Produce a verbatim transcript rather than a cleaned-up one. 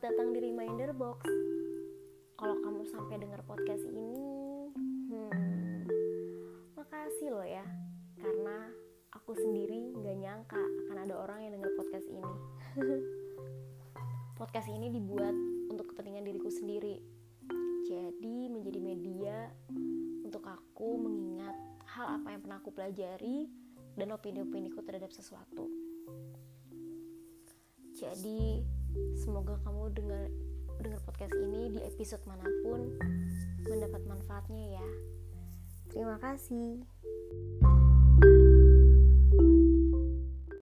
datang di Reminder Box. Kalau kamu sampai dengar podcast ini, hmm, makasih loh ya, karena aku sendiri gak nyangka akan ada orang yang dengar podcast ini. Podcast ini dibuat untuk kepentingan diriku sendiri, jadi menjadi media untuk aku mengingat hal apa yang pernah aku pelajari dan opini-opiniku terhadap sesuatu. Jadi semoga kamu dengar dengar podcast ini di episode manapun mendapat manfaatnya ya. Terima kasih.